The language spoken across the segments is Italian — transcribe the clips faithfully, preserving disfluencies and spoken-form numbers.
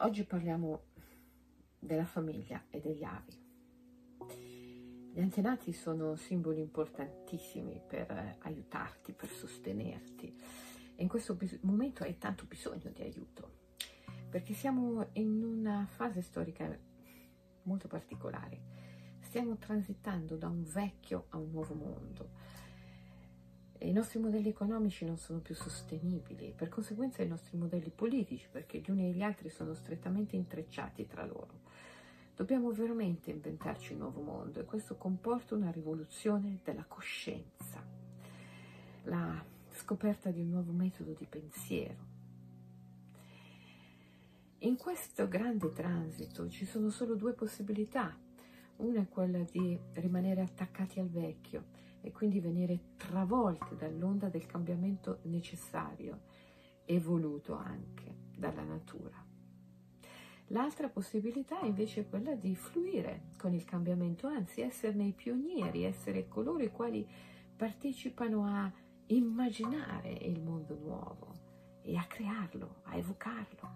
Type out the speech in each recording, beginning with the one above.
Oggi parliamo della famiglia e degli avi. Gli antenati sono simboli importantissimi per aiutarti, per sostenerti, e in questo momento hai tanto bisogno di aiuto, perché siamo in una fase storica molto particolare. Stiamo transitando da un vecchio a un nuovo mondo. I nostri modelli economici non sono più sostenibili, per conseguenza i nostri modelli politici, perché gli uni e gli altri sono strettamente intrecciati tra loro. Dobbiamo veramente inventarci un nuovo mondo, e questo comporta una rivoluzione della coscienza, la scoperta di un nuovo metodo di pensiero. In questo grande transito ci sono solo due possibilità. Una è quella di rimanere attaccati al vecchio e quindi venire travolti dall'onda del cambiamento necessario e voluto anche dalla natura. L'altra possibilità invece è quella di fluire con il cambiamento, anzi esserne i pionieri, essere coloro i quali partecipano a immaginare il mondo nuovo e a crearlo, a evocarlo.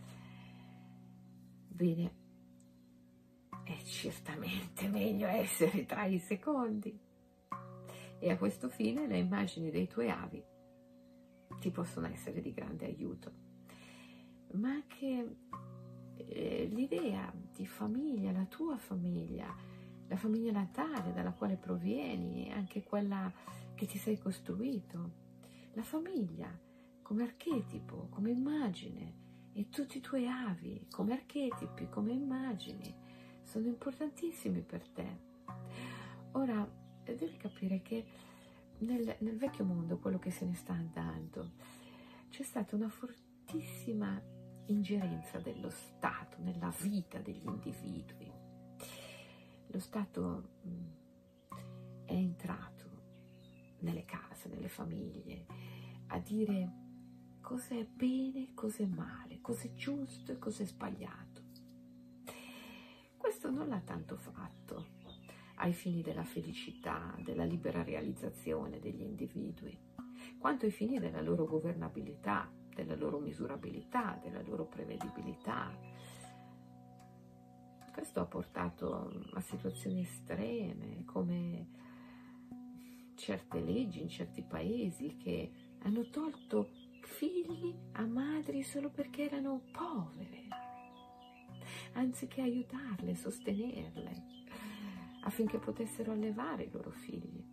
Bene, è certamente meglio essere tra i secondi. E a questo fine le immagini dei tuoi avi ti possono essere di grande aiuto, ma anche eh, l'idea di famiglia, la tua famiglia, la famiglia natale dalla quale provieni, anche quella che ti sei costruito, la famiglia come archetipo, come immagine, e tutti i tuoi avi come archetipi, come immagini, sono importantissimi per te. Ora, devi capire che nel, nel vecchio mondo, quello che se ne sta andando, c'è stata una fortissima ingerenza dello Stato nella vita degli individui. Lo Stato mh, è entrato nelle case, nelle famiglie, a dire cosa è bene, cosa è male, cosa è giusto e cosa è sbagliato. Questo non l'ha tanto fatto ai fini della felicità, della libera realizzazione degli individui, quanto ai fini della loro governabilità, della loro misurabilità, della loro prevedibilità. Questo ha portato a situazioni estreme, come certe leggi in certi paesi che hanno tolto figli a madri solo perché erano povere, anziché aiutarle, sostenerle, affinché potessero allevare i loro figli.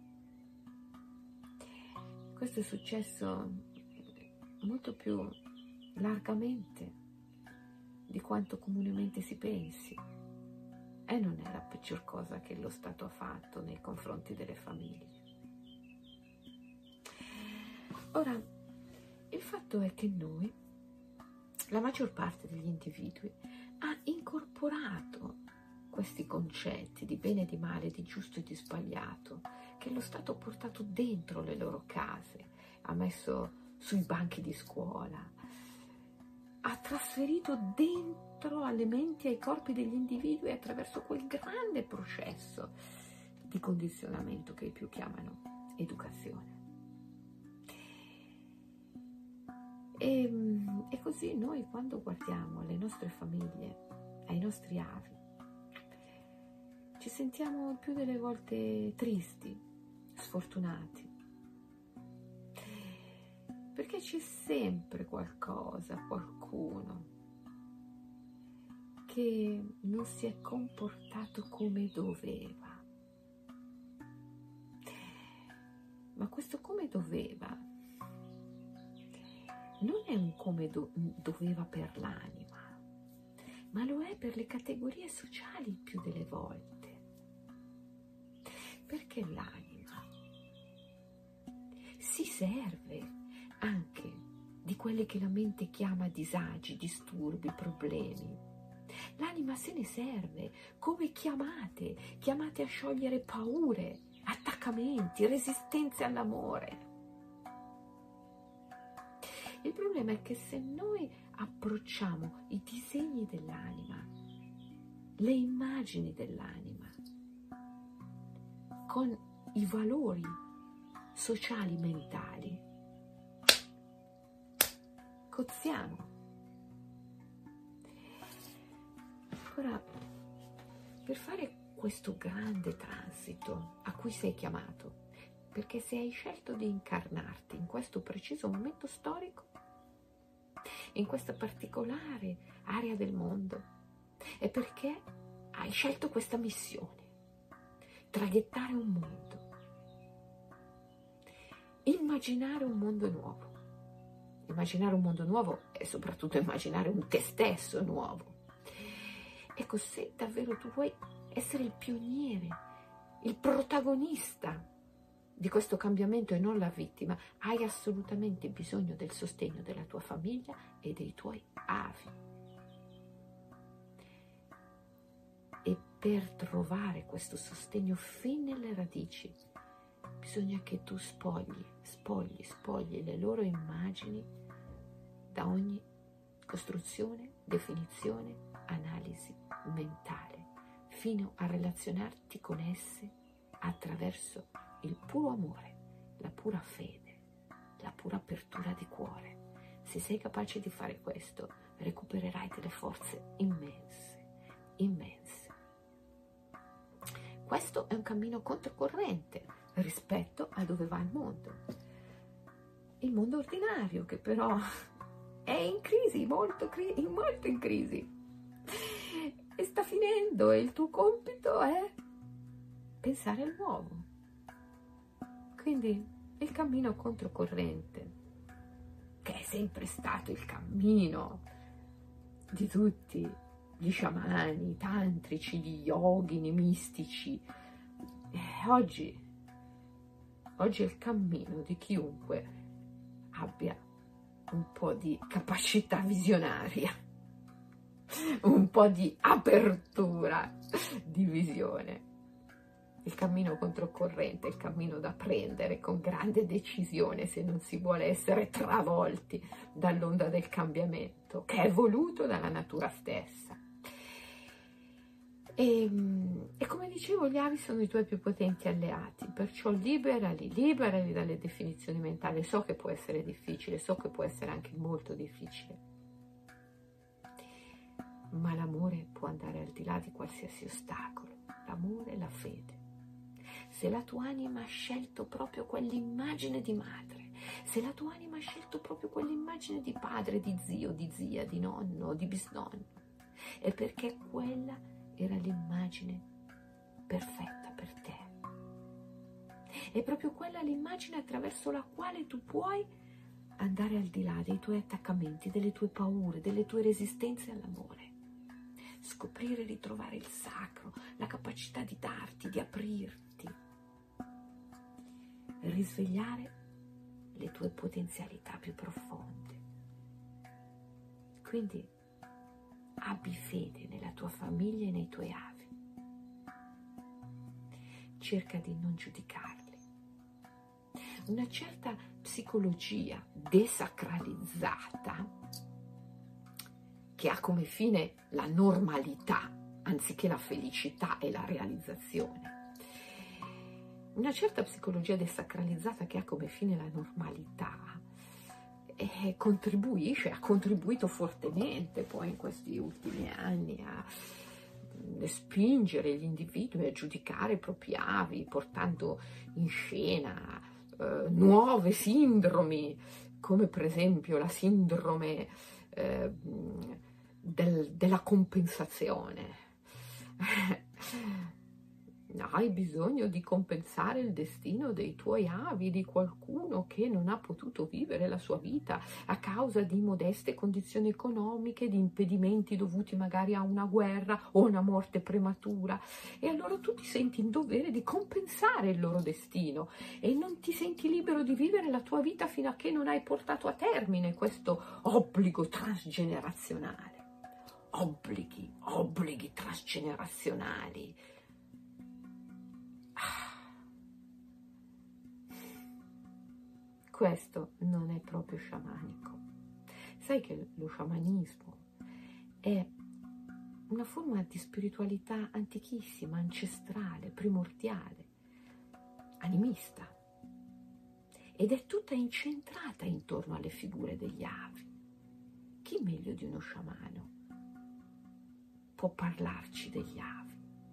Questo è successo molto più largamente di quanto comunemente si pensi, e non è la peggior cosa che lo Stato ha fatto nei confronti delle famiglie. Ora, il fatto è che noi, la maggior parte degli individui, ha incorporato questi concetti di bene e di male, di giusto e di sbagliato, che lo Stato ha portato dentro le loro case, ha messo sui banchi di scuola, ha trasferito dentro alle menti e ai corpi degli individui attraverso quel grande processo di condizionamento che i più chiamano educazione. E, e così noi, quando guardiamo alle nostre famiglie, ai nostri avi, ci sentiamo più delle volte tristi, sfortunati, perché c'è sempre qualcosa, qualcuno che non si è comportato come doveva. Ma questo come doveva non è un come do- doveva per l'anima, ma lo è per le categorie sociali più delle volte. Perché l'anima si serve anche di quelli che la mente chiama disagi, disturbi, problemi. L'anima se ne serve come chiamate, chiamate a sciogliere paure, attaccamenti, resistenze all'amore. Il problema è che se noi approcciamo i disegni dell'anima, le immagini dell'anima, con i valori sociali mentali, cozziamo. Ora, per fare questo grande transito a cui sei chiamato, perché se hai scelto di incarnarti in questo preciso momento storico, in questa particolare area del mondo, è perché hai scelto questa missione, traghettare un mondo, immaginare un mondo nuovo. Immaginare un mondo nuovo è soprattutto immaginare un te stesso nuovo. Ecco, se davvero tu vuoi essere il pioniere, il protagonista di questo cambiamento e non la vittima, hai assolutamente bisogno del sostegno della tua famiglia e dei tuoi avi. E per trovare questo sostegno fin nelle radici, bisogna che tu spogli, spogli, spogli le loro immagini da ogni costruzione, definizione, analisi mentale, fino a relazionarti con esse attraverso il puro amore, la pura fede, la pura apertura di cuore. Se sei capace di fare questo, recupererai delle forze immense, immense. Questo è un cammino controcorrente rispetto a dove va il mondo. Il mondo ordinario, che però è in crisi, molto, cri- molto in crisi, e sta finendo, e il tuo compito è pensare al nuovo. Quindi il cammino controcorrente, che è sempre stato il cammino di tutti gli sciamani, i tantrici, gli yogini, i mistici, eh, oggi, oggi è il cammino di chiunque abbia un po' di capacità visionaria, un po' di apertura di visione. Il cammino controcorrente, il cammino da prendere con grande decisione se non si vuole essere travolti dall'onda del cambiamento, che è voluto dalla natura stessa. E, e come dicevo, gli avi sono i tuoi più potenti alleati, perciò liberali, liberali dalle definizioni mentali. So che può essere difficile, so che può essere anche molto difficile, ma l'amore può andare al di là di qualsiasi ostacolo, l'amore e la fede. Se la tua anima ha scelto proprio quell'immagine di madre, se la tua anima ha scelto proprio quell'immagine di padre, di zio, di zia, di nonno, di bisnonno, è perché quella era l'immagine perfetta per te. È proprio quella l'immagine attraverso la quale tu puoi andare al di là dei tuoi attaccamenti, delle tue paure, delle tue resistenze all'amore. Scoprire e ritrovare il sacro, la capacità di darti, di aprirti, risvegliare le tue potenzialità più profonde. Quindi abbi fede nella tua famiglia e nei tuoi avi. Cerca di non giudicarli. Una certa psicologia desacralizzata, che ha come fine la normalità anziché la felicità e la realizzazione. Una certa psicologia desacralizzata che ha come fine la normalità e contribuisce, ha contribuito fortemente poi in questi ultimi anni a spingere gli individui a giudicare i propri avi, portando in scena eh, nuove sindromi, come per esempio la sindrome eh, del, della compensazione. Hai bisogno di compensare il destino dei tuoi avi, di qualcuno che non ha potuto vivere la sua vita a causa di modeste condizioni economiche, di impedimenti dovuti magari a una guerra o una morte prematura, e allora tu ti senti in dovere di compensare il loro destino e non ti senti libero di vivere la tua vita fino a che non hai portato a termine questo obbligo transgenerazionale. Obblighi, obblighi transgenerazionali. Questo non è proprio sciamanico. Sai che lo sciamanismo è una forma di spiritualità antichissima, ancestrale, primordiale, animista, ed è tutta incentrata intorno alle figure degli avi. Chi meglio di uno sciamano può parlarci degli avi.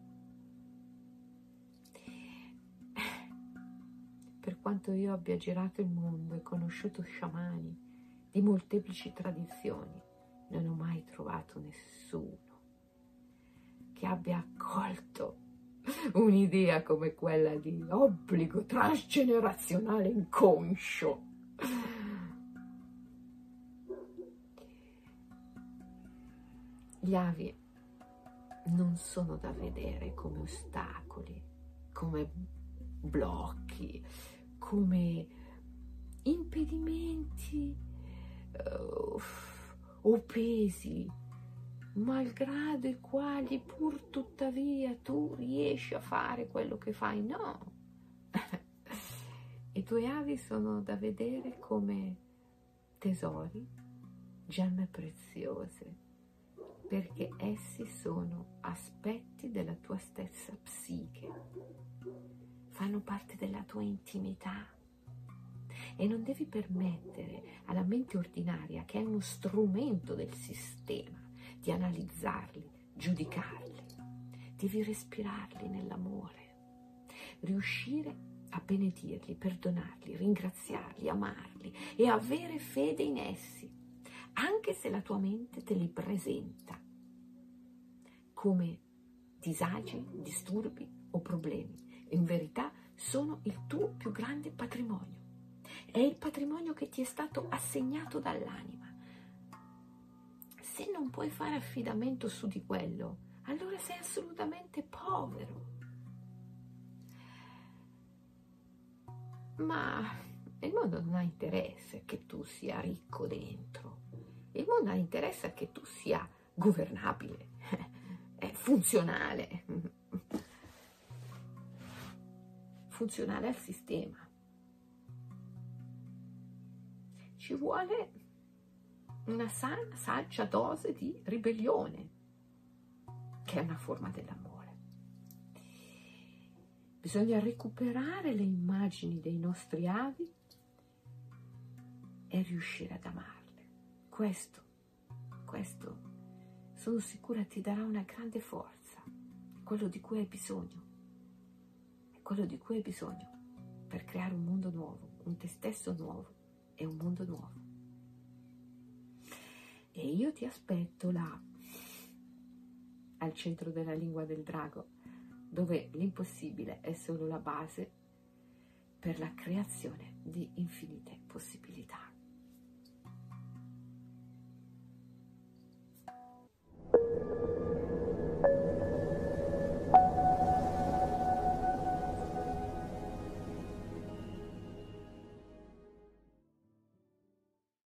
Per quanto io abbia girato il mondo e conosciuto sciamani di molteplici tradizioni, non ho mai trovato nessuno che abbia accolto un'idea come quella di obbligo transgenerazionale inconscio. Gli avi non sono da vedere come ostacoli, come blocchi, come impedimenti uh, o pesi, malgrado i quali pur tuttavia tu riesci a fare quello che fai. No, i tuoi avi sono da vedere come tesori, gemme preziose, perché essi sono aspetti della tua stessa psiche, fanno parte della tua intimità e non devi permettere alla mente ordinaria, che è uno strumento del sistema, di analizzarli, giudicarli. Devi respirarli nell'amore, riuscire a benedirli, perdonarli, ringraziarli, amarli e avere fede in essi, anche se la tua mente te li presenta come disagi, disturbi o problemi. In verità sono il tuo più grande patrimonio. È il patrimonio che ti è stato assegnato dall'anima. Se non puoi fare affidamento su di quello, allora sei assolutamente povero. Ma il mondo non ha interesse che tu sia ricco dentro. Il mondo ha interesse che tu sia governabile, è funzionale, funzionale al sistema. Ci vuole una sana, saggia dose di ribellione, che è una forma dell'amore. Bisogna recuperare le immagini dei nostri avi e riuscire ad amarle. Questo, questo, sono sicura ti darà una grande forza, quello di cui hai bisogno, è quello di cui hai bisogno per creare un mondo nuovo, un te stesso nuovo e un mondo nuovo. E io ti aspetto là, al centro della lingua del drago, dove l'impossibile è solo la base per la creazione di infinite possibilità.